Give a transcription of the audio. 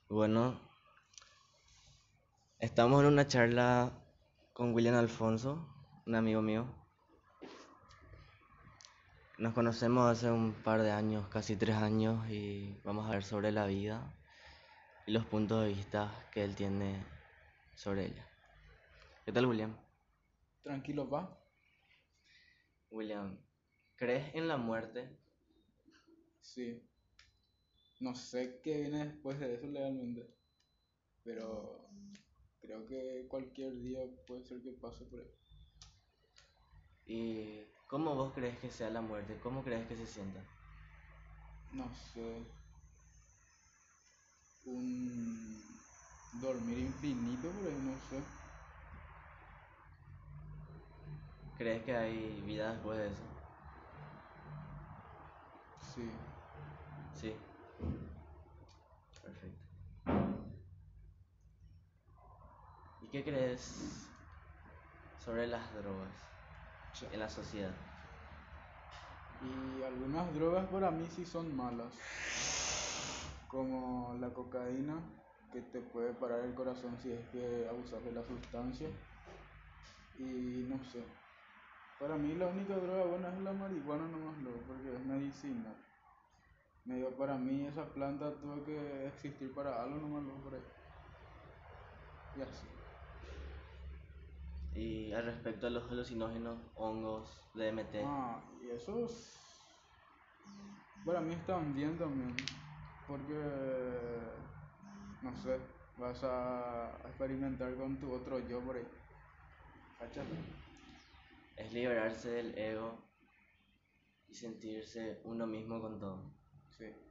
Bueno, estamos en una charla con William Alfonso, un amigo mío. Nos conocemos hace un par de años, casi 3 años, y vamos a ver sobre la vida y los puntos de vista que él tiene sobre ella. ¿Qué tal, William? Tranquilo, pa. William, ¿crees en la muerte? Sí. No sé qué viene después de eso legalmente, pero creo que cualquier día puede ser que pase por ahí. ¿Y cómo vos crees que sea la muerte? ¿Cómo crees que se sienta? No sé, un dormir infinito por ahí, no sé. ¿Crees que hay vida después de eso? Sí. Sí, perfecto. ¿Y qué crees sobre las drogas en la sociedad? Y algunas drogas para mí sí son malas, como la cocaína, que te puede parar el corazón si es que abusas de la sustancia. Y no sé, para mí la única droga buena es la marihuana nomás, luego, porque es medicina. Medio para mí esa planta tuvo que existir para algo nomás, luego por ahí. Y así. Y al respecto a los alucinógenos, hongos, DMT, Y esos para mí están bien también. Porque, no sé, vas a experimentar con tu otro yo por ahí. ¿Cachai? es liberarse del ego y sentirse uno mismo con todo. Sí.